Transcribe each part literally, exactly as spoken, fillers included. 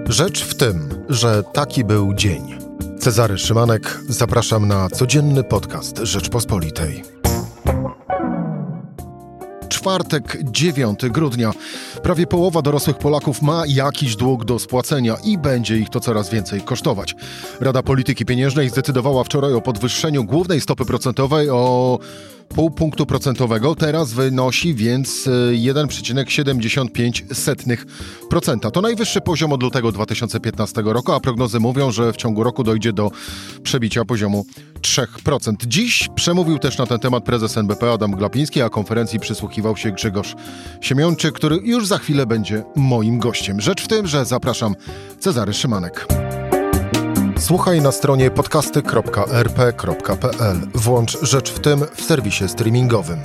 Rzecz w tym, że taki był dzień. Cezary Szymanek, zapraszam na codzienny podcast Rzeczpospolitej. Czwartek, dziewiątego grudnia. Prawie połowa dorosłych Polaków ma jakiś dług do spłacenia i będzie ich to coraz więcej kosztować. Rada Polityki Pieniężnej zdecydowała wczoraj o podwyższeniu głównej stopy procentowej o pół punktu procentowego. Teraz wynosi więc jeden przecinek siedemdziesiąt pięć procent. To najwyższy poziom od lutego dwa tysiące piętnastego roku, a prognozy mówią, że w ciągu roku dojdzie do przebicia poziomu trzy procent. Dziś przemówił też na ten temat prezes N B P Adam Glapiński, a konferencji przysłuchiwał się Grzegorz Siemiączyk, który już za chwilę będzie moim gościem. Rzecz w tym, że zapraszam, Cezary Szymanek. Słuchaj na stronie podcasty kropka er pe kropka pe el. Włącz Rzecz w tym w serwisie streamingowym.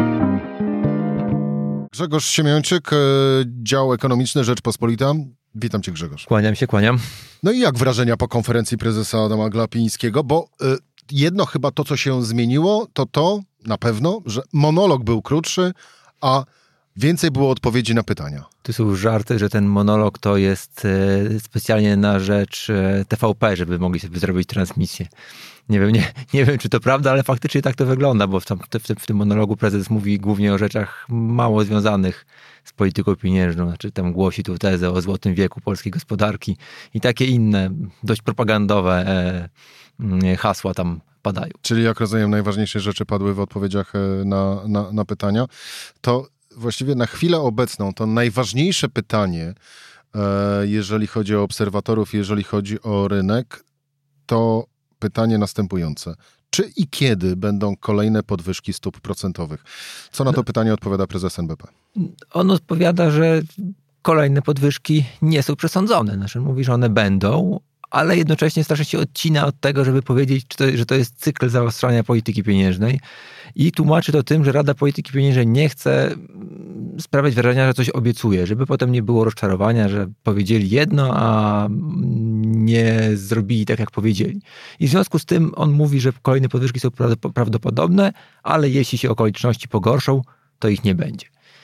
Grzegorz Siemiączyk, dział ekonomiczny Rzeczpospolita. Witam cię, Grzegorz. Kłaniam się, kłaniam. No i jak wrażenia po konferencji prezesa Adama Glapińskiego? Bo y, jedno chyba to, co się zmieniło, to to na pewno, że monolog był krótszy, a więcej było odpowiedzi na pytania. Tu są żarty, że ten monolog to jest e, specjalnie na rzecz e, T V P, żeby mogli sobie zrobić transmisję. Nie wiem, nie, nie wiem, czy to prawda, ale faktycznie tak to wygląda, bo w, tam, w, w tym monologu prezes mówi głównie o rzeczach mało związanych z polityką pieniężną. Znaczy tam głosi tu tezę o złotym wieku polskiej gospodarki i takie inne, dość propagandowe e, hasła tam padają. Czyli jak rozumiem, najważniejsze rzeczy padły w odpowiedziach na, na, na pytania. To właściwie na chwilę obecną to najważniejsze pytanie, jeżeli chodzi o obserwatorów, jeżeli chodzi o rynek, to pytanie następujące. Czy i kiedy będą kolejne podwyżki stóp procentowych? Co na to pytanie odpowiada prezes N B P? On odpowiada, że kolejne podwyżki nie są przesądzone. Znaczy mówi, że one będą, ale jednocześnie strasznie się odcina od tego, żeby powiedzieć, czy to, że to jest cykl zaostrzania polityki pieniężnej i tłumaczy to tym, że Rada Polityki Pieniężnej nie chce sprawiać wrażenia, że coś obiecuje, żeby potem nie było rozczarowania, że powiedzieli jedno, a nie zrobili tak, jak powiedzieli. I w związku z tym on mówi, że kolejne podwyżki są prawdopodobne, ale jeśli się okoliczności pogorszą, to ich nie będzie.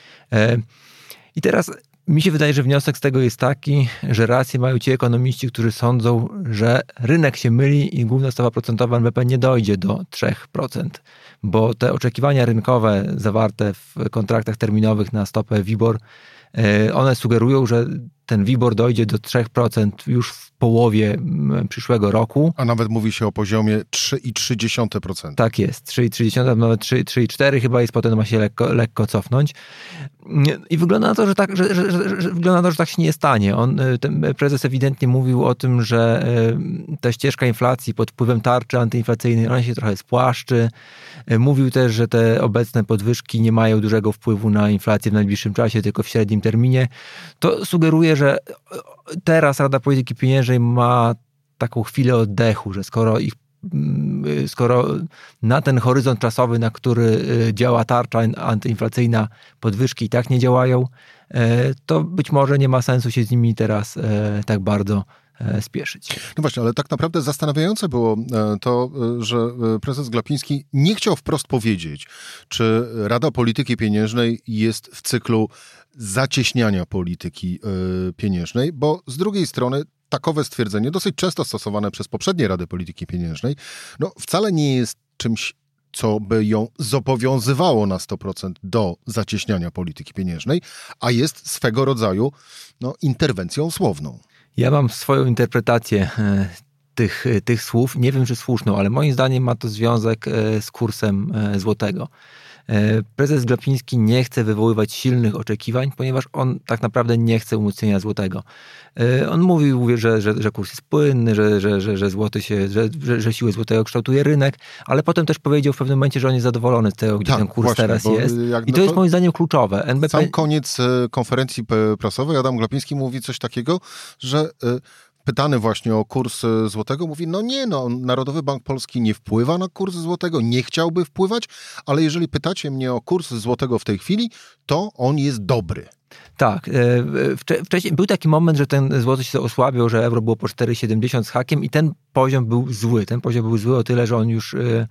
I teraz mi się wydaje, że wniosek z tego jest taki, że rację mają ci ekonomiści, którzy sądzą, że rynek się myli i główna stopa procentowa N B P nie dojdzie do trzy procent, bo te oczekiwania rynkowe zawarte w kontraktach terminowych na stopę WIBOR, one sugerują, że ten WIBOR dojdzie do trzy procent już w połowie przyszłego roku. A nawet mówi się o poziomie trzy przecinek trzy procent. Tak jest, trzy przecinek trzy, nawet trzy przecinek cztery chyba jest, potem ma się lekko, lekko cofnąć. I wygląda na to, że tak, że, że, że, że, wygląda na to, że tak się nie stanie. On, ten prezes ewidentnie mówił o tym, że ta ścieżka inflacji pod wpływem tarczy antyinflacyjnej, ona się trochę spłaszczy. Mówił też, że te obecne podwyżki nie mają dużego wpływu na inflację w najbliższym czasie, tylko w średnim terminie. To sugeruje, że teraz Rada Polityki Pieniężnej ma taką chwilę oddechu, że skoro ich skoro na ten horyzont czasowy, na który działa tarcza antyinflacyjna, podwyżki i tak nie działają, to być może nie ma sensu się z nimi teraz tak bardzo spieszyć. No właśnie, ale tak naprawdę zastanawiające było to, że prezes Glapiński nie chciał wprost powiedzieć, czy Rada Polityki Pieniężnej jest w cyklu zacieśniania polityki pieniężnej, bo z drugiej strony takowe stwierdzenie, dosyć często stosowane przez poprzednie Rady Polityki Pieniężnej, no wcale nie jest czymś, co by ją zobowiązywało na sto procent do zacieśniania polityki pieniężnej, a jest swego rodzaju no, interwencją słowną. Ja mam swoją interpretację tych, tych słów. Nie wiem, czy słuszną, ale moim zdaniem ma to związek z kursem złotego. Prezes Glapiński nie chce wywoływać silnych oczekiwań, ponieważ on tak naprawdę nie chce umocnienia złotego. On mówił, że, że, że kurs jest płynny, że, że, że, że, złoty się, że, że, że siłę złotego kształtuje rynek, ale potem też powiedział w pewnym momencie, że on jest zadowolony z tego, gdzie tak, ten kurs właśnie, teraz jest. Jak, I to, to jest moim zdaniem kluczowe. N B P... Sam koniec konferencji prasowej Adam Glapiński mówi coś takiego, że pytany właśnie o kurs złotego, mówi, no nie, no Narodowy Bank Polski nie wpływa na kurs złotego, nie chciałby wpływać, ale jeżeli pytacie mnie o kurs złotego w tej chwili, to on jest dobry. Tak. Wcześniej był taki moment, że ten złoty się osłabiał, że euro było po cztery siedemdziesiąt z hakiem i ten poziom był zły. Ten poziom był zły o tyle, że on już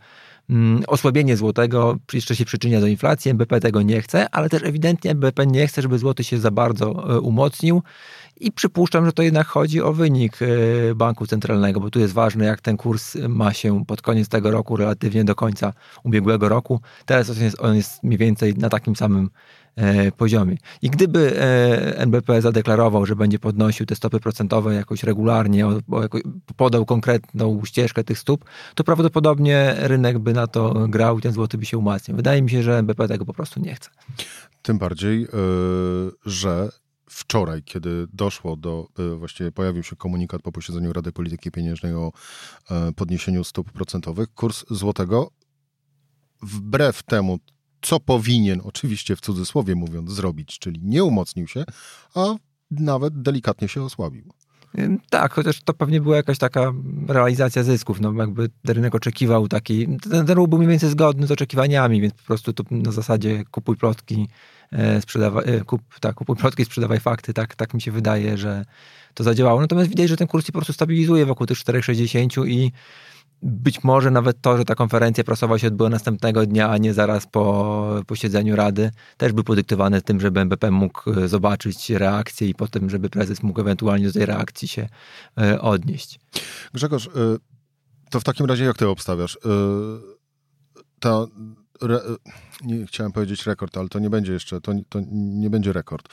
osłabienie złotego jeszcze się przyczynia do inflacji, N B P tego nie chce, ale też ewidentnie N B P nie chce, żeby złoty się za bardzo umocnił i przypuszczam, że to jednak chodzi o wynik banku centralnego, bo tu jest ważne, jak ten kurs ma się pod koniec tego roku, relatywnie do końca ubiegłego roku. Teraz on jest, on jest mniej więcej na takim samym poziomie. I gdyby N B P zadeklarował, że będzie podnosił te stopy procentowe jakoś regularnie, podał konkretną ścieżkę tych stóp, to prawdopodobnie rynek by na to grał i ten złoty by się umacniał. Wydaje mi się, że N B P tego po prostu nie chce. Tym bardziej, yy, że wczoraj, kiedy doszło do, yy, właściwie pojawił się komunikat po posiedzeniu Rady Polityki Pieniężnej o yy, podniesieniu stóp procentowych, kurs złotego wbrew temu, co powinien, oczywiście w cudzysłowie mówiąc, zrobić, czyli nie umocnił się, a nawet delikatnie się osłabił. Tak, chociaż to pewnie była jakaś taka realizacja zysków, no jakby rynek oczekiwał takiej, ten, ten ruch był mniej więcej zgodny z oczekiwaniami, więc po prostu to na zasadzie kupuj plotki, sprzedawaj, kup, tak, kupuj plotki, sprzedawaj fakty, tak, tak mi się wydaje, że to zadziałało. Natomiast widać, że ten kurs się po prostu stabilizuje wokół tych cztery sześćdziesiąt i być może nawet to, że ta konferencja prasowa się odbyła następnego dnia, a nie zaraz po posiedzeniu Rady, też był podyktowane tym, żeby N B P mógł zobaczyć reakcję i potem, żeby prezes mógł ewentualnie do tej reakcji się odnieść. Grzegorz, to w takim razie jak ty obstawiasz? Ta, re, nie chciałem powiedzieć rekord, ale to nie będzie jeszcze, to, to nie będzie rekord.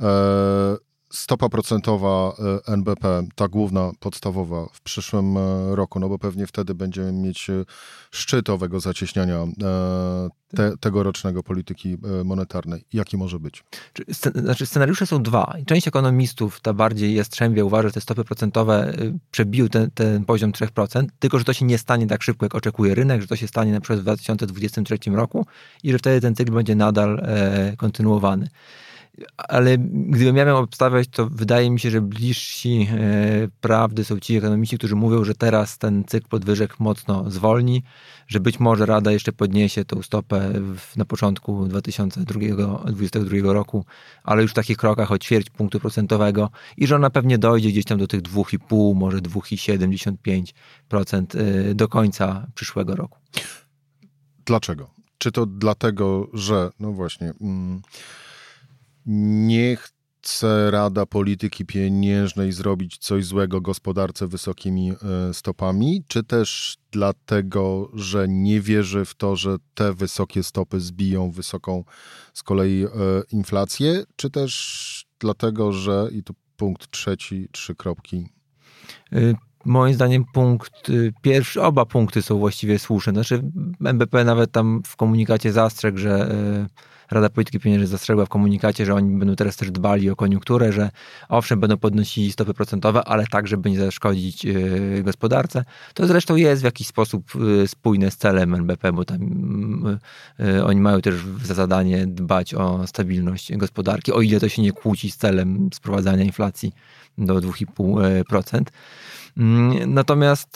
Stopa procentowa N B P, ta główna, podstawowa w przyszłym roku, no bo pewnie wtedy będziemy mieć szczyt owego zacieśniania te, tegorocznego polityki monetarnej. Jaki może być? Znaczy scenariusze są dwa. Część ekonomistów, ta bardziej jastrzębia, uważa, że te stopy procentowe przebiły ten, ten poziom trzy procent, tylko że to się nie stanie tak szybko, jak oczekuje rynek, że to się stanie na przykład w dwa tysiące dwudziestym trzecim roku i że wtedy ten cykl będzie nadal e, kontynuowany. Ale gdybym ja miał obstawiać, to wydaje mi się, że bliżsi prawdy są ci ekonomiści, którzy mówią, że teraz ten cykl podwyżek mocno zwolni, że być może Rada jeszcze podniesie tą stopę w, na początku dwa tysiące dwudziestego drugiego roku, ale już w takich krokach o ćwierć punktu procentowego i że ona pewnie dojdzie gdzieś tam do tych dwa i pół, może dwa i siedemdziesiąt pięć procent do końca przyszłego roku. Dlaczego? Czy to dlatego, że no właśnie... Mm, nie chce Rada Polityki Pieniężnej zrobić coś złego gospodarce wysokimi stopami, czy też dlatego, że nie wierzy w to, że te wysokie stopy zbiją wysoką z kolei inflację, czy też dlatego, że, i tu punkt trzeci, trzy kropki. Moim zdaniem punkt pierwszy, oba punkty są właściwie słuszne. Znaczy N B P nawet tam w komunikacie zastrzegł, że Rada Polityki Pieniężnej zastrzegła w komunikacie, że oni będą teraz też dbali o koniunkturę, że owszem, będą podnosili stopy procentowe, ale tak, żeby nie zaszkodzić gospodarce. To zresztą jest w jakiś sposób spójne z celem N B P, bo tam oni mają też za zadanie dbać o stabilność gospodarki, o ile to się nie kłóci z celem sprowadzania inflacji do dwa i pół procent. Natomiast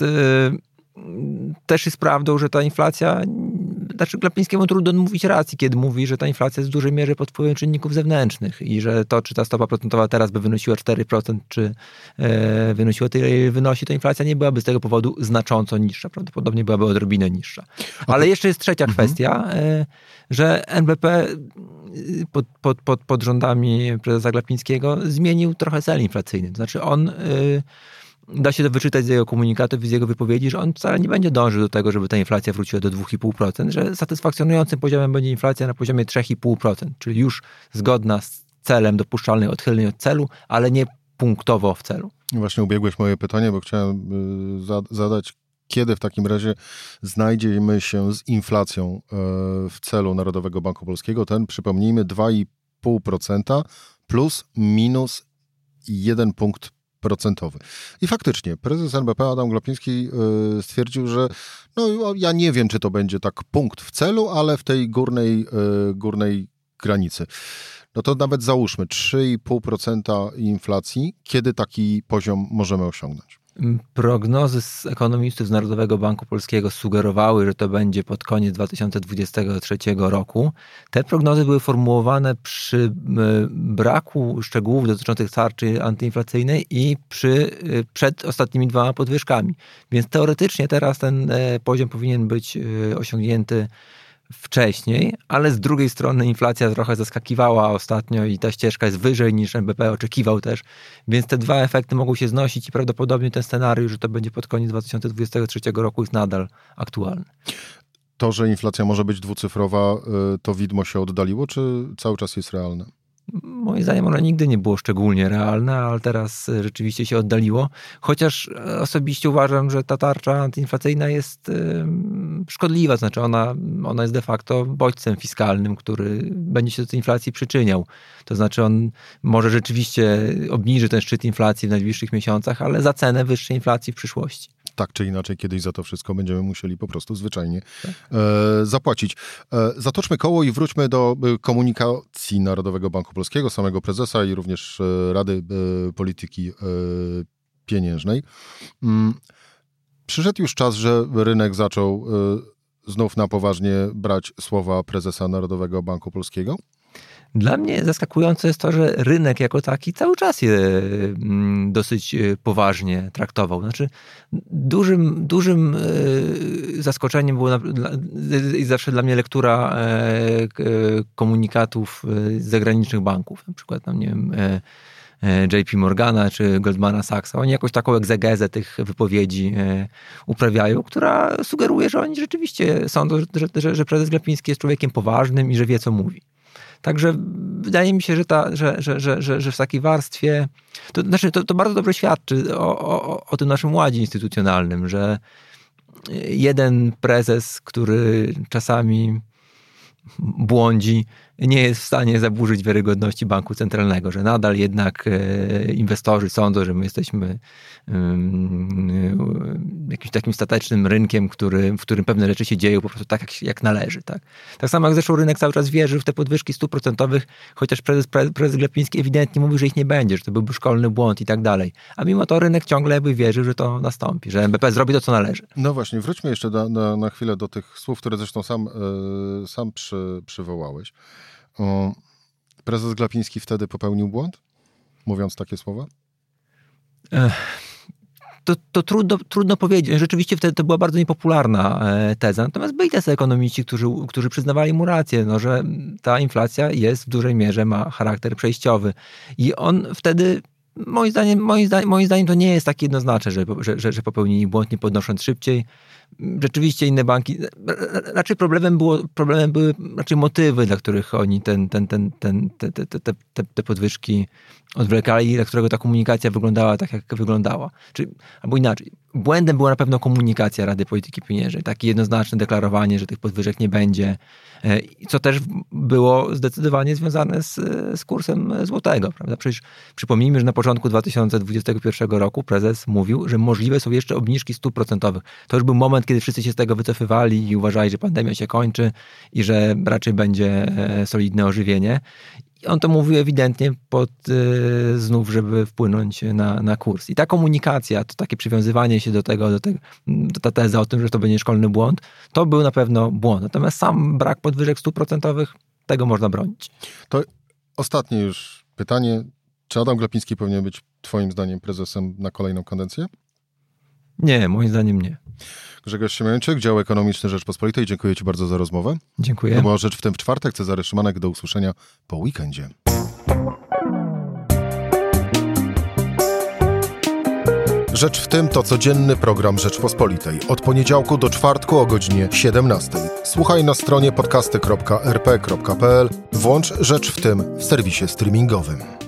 też jest prawdą, że ta inflacja, znaczy Glapińskiemu trudno mówić racji, kiedy mówi, że ta inflacja jest w dużej mierze pod wpływem czynników zewnętrznych i że to, czy ta stopa procentowa teraz by wynosiła cztery procent, czy e, wynosiła tyle, ile wynosi, to inflacja nie byłaby z tego powodu znacząco niższa. Prawdopodobnie byłaby odrobinę niższa. Ale jeszcze jest trzecia mhm. kwestia, e, że N B P pod, pod, pod, pod rządami prezesa Glapińskiego zmienił trochę cel inflacyjny. To znaczy on... E, Da się to wyczytać z jego komunikatów i z jego wypowiedzi, że on wcale nie będzie dążył do tego, żeby ta inflacja wróciła do dwa i pół procent, że satysfakcjonującym poziomem będzie inflacja na poziomie trzy i pół procent, czyli już zgodna z celem dopuszczalnej odchylnej od celu, ale nie punktowo w celu. Właśnie ubiegłeś moje pytanie, bo chciałem zadać, kiedy w takim razie znajdziemy się z inflacją w celu Narodowego Banku Polskiego. Ten, przypomnijmy, dwa i pół procent plus minus jeden punkt procentowy. I faktycznie prezes N B P Adam Glapiński stwierdził, że no ja nie wiem, czy to będzie tak punkt w celu, ale w tej górnej, górnej granicy. No to nawet załóżmy trzy i pół procent inflacji, kiedy taki poziom możemy osiągnąć? Prognozy z ekonomistów z Narodowego Banku Polskiego sugerowały, że to będzie pod koniec dwa tysiące dwudziestego trzeciego roku. Te prognozy były formułowane przy braku szczegółów dotyczących tarczy antyinflacyjnej i przy, przed ostatnimi dwoma podwyżkami. Więc teoretycznie teraz ten poziom powinien być osiągnięty wcześniej, ale z drugiej strony inflacja trochę zaskakiwała ostatnio i ta ścieżka jest wyżej niż N B P oczekiwał też, więc te dwa efekty mogą się znosić i prawdopodobnie ten scenariusz, że to będzie pod koniec dwa tysiące dwudziestego trzeciego roku jest nadal aktualny. To, że inflacja może być dwucyfrowa, to widmo się oddaliło, czy cały czas jest realne? Moim zdaniem ono nigdy nie było szczególnie realne, ale teraz rzeczywiście się oddaliło. Chociaż osobiście uważam, że ta tarcza antyinflacyjna jest szkodliwa. Znaczy ona, ona jest de facto bodźcem fiskalnym, który będzie się do tej inflacji przyczyniał. To znaczy on może rzeczywiście obniży ten szczyt inflacji w najbliższych miesiącach, ale za cenę wyższej inflacji w przyszłości. Tak czy inaczej, kiedyś za to wszystko będziemy musieli po prostu zwyczajnie tak. e, zapłacić. E, zatoczmy koło i wróćmy do komunikacji Narodowego Banku Polskiego, samego prezesa i również e, Rady e, Polityki e, Pieniężnej. Mm, przyszedł już czas, że rynek zaczął e, znów na poważnie brać słowa prezesa Narodowego Banku Polskiego? Dla mnie zaskakujące jest to, że rynek jako taki cały czas je dosyć poważnie traktował. Znaczy dużym, dużym zaskoczeniem było i zawsze dla mnie lektura komunikatów z zagranicznych banków. Na przykład tam, nie wiem, J P Morgana czy Goldmana Sachsa. Oni jakąś taką egzegezę tych wypowiedzi uprawiają, która sugeruje, że oni rzeczywiście sądzą, że, że, że prezes Glapiński jest człowiekiem poważnym i że wie, co mówi. Także wydaje mi się, że, ta, że, że, że, że, że w takiej warstwie, to, znaczy to, to bardzo dobrze świadczy o, o, o tym naszym ładzie instytucjonalnym, że jeden prezes, który czasami błądzi, nie jest w stanie zaburzyć wiarygodności banku centralnego, że nadal jednak inwestorzy sądzą, że my jesteśmy jakimś takim statecznym rynkiem, który, w którym pewne rzeczy się dzieją po prostu tak, jak, jak należy. Tak? Tak samo jak zresztą rynek cały czas wierzył w te podwyżki stóp procentowych, chociaż prezes, prezes Glapiński ewidentnie mówił, że ich nie będzie, że to byłby szkolny błąd i tak dalej. A mimo to rynek ciągle jakby wierzył, że to nastąpi, że N B P zrobi to, co należy. No właśnie, wróćmy jeszcze na, na, na chwilę do tych słów, które zresztą sam, yy, sam przy, przywołałeś. O, prezes Glapiński wtedy popełnił błąd, mówiąc takie słowa? Ech, to to trudno, trudno powiedzieć. Rzeczywiście wtedy to była bardzo niepopularna teza. Natomiast byli tacy ekonomiści, którzy, którzy przyznawali mu rację, no, że ta inflacja jest w dużej mierze, ma charakter przejściowy. I on wtedy, moim zdaniem, moim zdaniem, moim zdaniem to nie jest tak jednoznaczne, że, że, że popełnili błąd, nie podnosząc szybciej. Rzeczywiście inne banki, raczej problemem, było, problemem były raczej motywy, dla których oni ten, ten, ten, ten, te, te, te, te, te podwyżki odwlekali, dla którego ta komunikacja wyglądała tak, jak wyglądała. Czy, albo inaczej, błędem była na pewno komunikacja Rady Polityki Pieniężnej, takie jednoznaczne deklarowanie, że tych podwyżek nie będzie, co też było zdecydowanie związane z, z kursem złotego. Prawda? Przecież przypomnijmy, że na początku dwa tysiące dwudziestego pierwszego roku prezes mówił, że możliwe są jeszcze obniżki stóp procentowych. To już był moment, kiedy wszyscy się z tego wycofywali i uważali, że pandemia się kończy i że raczej będzie solidne ożywienie. I on to mówił ewidentnie pod y, znów, żeby wpłynąć na, na kurs. I ta komunikacja, to takie przywiązywanie się do tego, do tego, do ta teza o tym, że to będzie szkolny błąd, to był na pewno błąd. Natomiast sam brak podwyżek stóp procentowych, tego można bronić. To ostatnie już pytanie. Czy Adam Glapiński powinien być twoim zdaniem prezesem na kolejną kadencję? Nie, moim zdaniem nie. Grzegorz Siemiańczyk, Dział Ekonomiczny Rzeczpospolitej. Dziękuję ci bardzo za rozmowę. Dziękuję. To była Rzecz w tym w czwartek. Cezary Szymanek. Do usłyszenia po weekendzie. Rzecz w tym to codzienny program Rzeczpospolitej. Od poniedziałku do czwartku o godzinie siedemnastej. Słuchaj na stronie podcasty kropka r p kropka p l. Włącz Rzecz w tym w serwisie streamingowym.